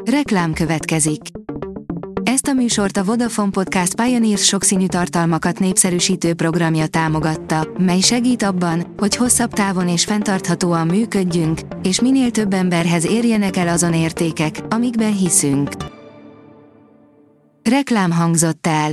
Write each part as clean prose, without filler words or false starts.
Reklám következik. Ezt a műsort a Vodafone Podcast Pioneers sokszínű tartalmakat népszerűsítő programja támogatta, mely segít abban, hogy hosszabb távon és fenntarthatóan működjünk, és minél több emberhez érjenek el azon értékek, amikben hiszünk. Reklám hangzott el.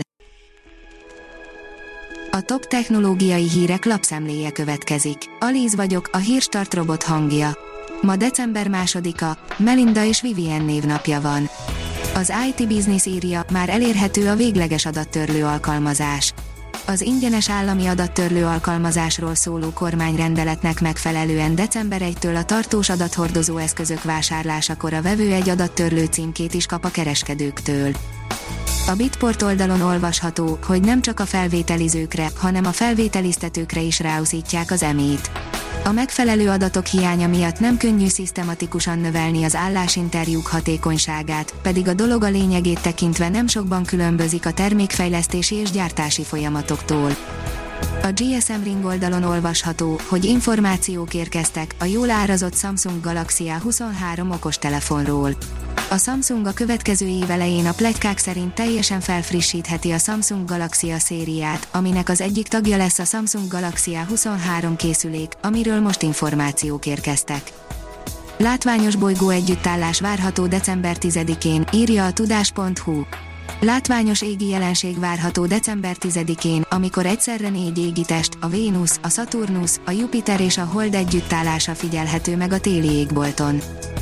A top technológiai hírek lapszemléje következik. Alíz vagyok, a Hírstart robot hangja. Ma december 2-a, Melinda és Vivien névnapja van. Az IT Business írja, már elérhető a végleges adattörlő alkalmazás. Az ingyenes állami adattörlő alkalmazásról szóló kormányrendeletnek megfelelően december 1-től a tartós adathordozó eszközök vásárlásakor a vevő egy adattörlő címkét is kap a kereskedőktől. A Bitport oldalon olvasható, hogy nem csak a felvételizőkre, hanem a felvételiztetőkre is ráuszítják az EMI-t. A megfelelő adatok hiánya miatt nem könnyű szisztematikusan növelni az állásinterjúk hatékonyságát, pedig a dolog a lényegét tekintve nem sokban különbözik a termékfejlesztési és gyártási folyamatoktól. A GSM Ring oldalon olvasható, hogy információk érkeztek a jól árazott Samsung Galaxy A23 okostelefonról. A Samsung a következő év elején a pletykák szerint teljesen felfrissítheti a Samsung Galaxy A szériát, aminek az egyik tagja lesz a Samsung Galaxy A23 készülék, amiről most információk érkeztek. Látványos bolygó együttállás várható december 10-én, írja a tudás.hu. Látványos égi jelenség várható december 10-én, amikor egyszerre 4 égitest, a Vénusz, a Szaturnusz, a Jupiter és a Hold együttállása figyelhető meg a téli égbolton.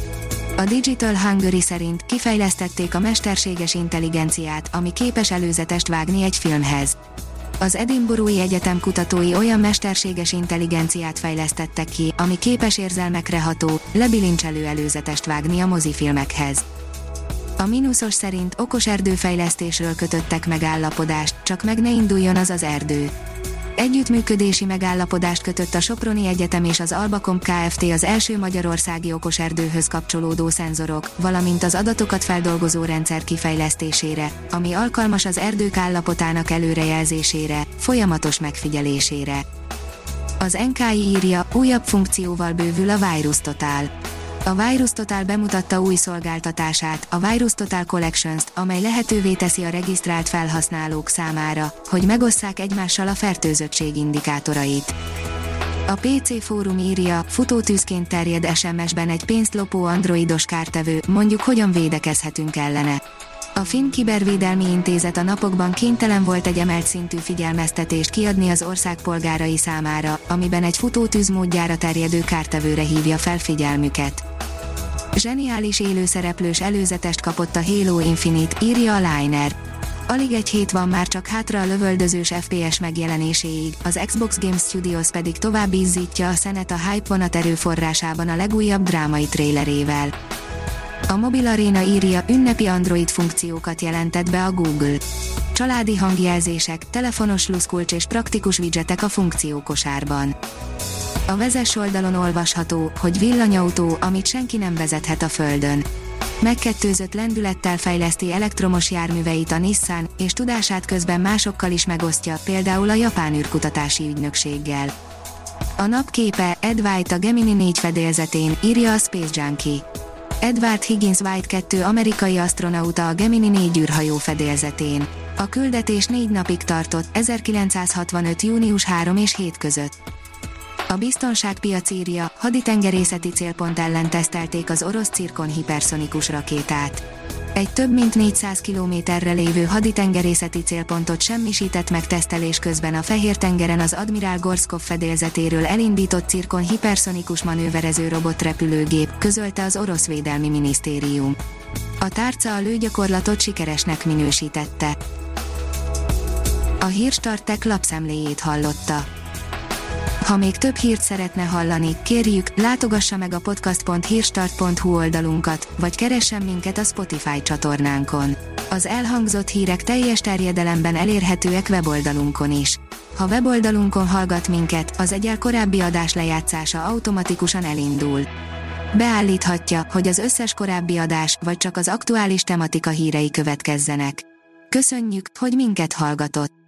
A Digital Hungary szerint kifejlesztették a mesterséges intelligenciát, ami képes előzetest vágni egy filmhez. Az Edinburghi Egyetem kutatói olyan mesterséges intelligenciát fejlesztettek ki, ami képes érzelmekre ható, lebilincselő előzetest vágni a mozifilmekhez. A Minusos szerint okos erdőfejlesztésről kötöttek megállapodást, csak meg ne induljon az erdő. Együttműködési megállapodást kötött a Soproni Egyetem és az Albacomp Kft. Az első magyarországi okoserdőhöz kapcsolódó szenzorok, valamint az adatokat feldolgozó rendszer kifejlesztésére, ami alkalmas az erdők állapotának előrejelzésére, folyamatos megfigyelésére. Az NKI írja, újabb funkcióval bővül a VirusTotal. A VirusTotal bemutatta új szolgáltatását, a VirusTotal Collections-t, amely lehetővé teszi a regisztrált felhasználók számára, hogy megosszák egymással a fertőzöttség indikátorait. A PC Fórum írja, futótűzként terjed SMS-ben egy pénzt lopó androidos kártevő, mondjuk hogyan védekezhetünk ellene. A Finn Kibervédelmi Intézet a napokban kénytelen volt egy emelt szintű figyelmeztetést kiadni az ország polgárai számára, amiben egy futótűz módjára terjedő kártevőre hívja fel figyelmüket. Zseniális élőszereplős előzetest kapott a Halo Infinite, írja a Liner. Alig egy hét van már csak hátra a lövöldözős FPS megjelenéséig, az Xbox Game Studios pedig tovább izzítja a szenet a hype vonat erőforrásában a legújabb drámai trailerével. A Mobil Arena írja, ünnepi Android funkciókat jelentett be a Google. Családi hangjelzések, telefonos luszkulcs és praktikus widgetek a funkciókosárban. A Vezess oldalon olvasható, hogy villanyautó, amit senki nem vezethet a Földön. Megkettőzött lendülettel fejleszti elektromos járműveit a Nissan, és tudását közben másokkal is megosztja, például a japán űrkutatási ügynökséggel. A napképe, Ed White a Gemini 4 fedélzetén, írja a Space Junkie. Edward Higgins White 2 amerikai asztronauta a Gemini 4 űrhajó fedélzetén. A küldetés 4 napig tartott, 1965. június 3 és 7 között. A biztonságpiac írja, haditengerészeti célpont ellen tesztelték az orosz Cirkon hiperszonikus rakétát. Egy több mint 400 kilométerre lévő haditengerészeti célpontot semmisített meg tesztelés közben a Fehértengeren az Admiral Gorszkov fedélzetéről elindított Cirkon hiperszonikus manőverező robotrepülőgép, közölte az orosz védelmi minisztérium. A tárca a lőgyakorlatot sikeresnek minősítette. A Hírstart Tech lapszemléjét hallotta. Ha még több hírt szeretne hallani, kérjük, látogassa meg a podcast.hírstart.hu oldalunkat, vagy keressen minket a Spotify csatornánkon. Az elhangzott hírek teljes terjedelemben elérhetőek weboldalunkon is. Ha weboldalunkon hallgat minket, az egyel korábbi adás lejátszása automatikusan elindul. Beállíthatja, hogy az összes korábbi adás, vagy csak az aktuális tematika hírei következzenek. Köszönjük, hogy minket hallgatott!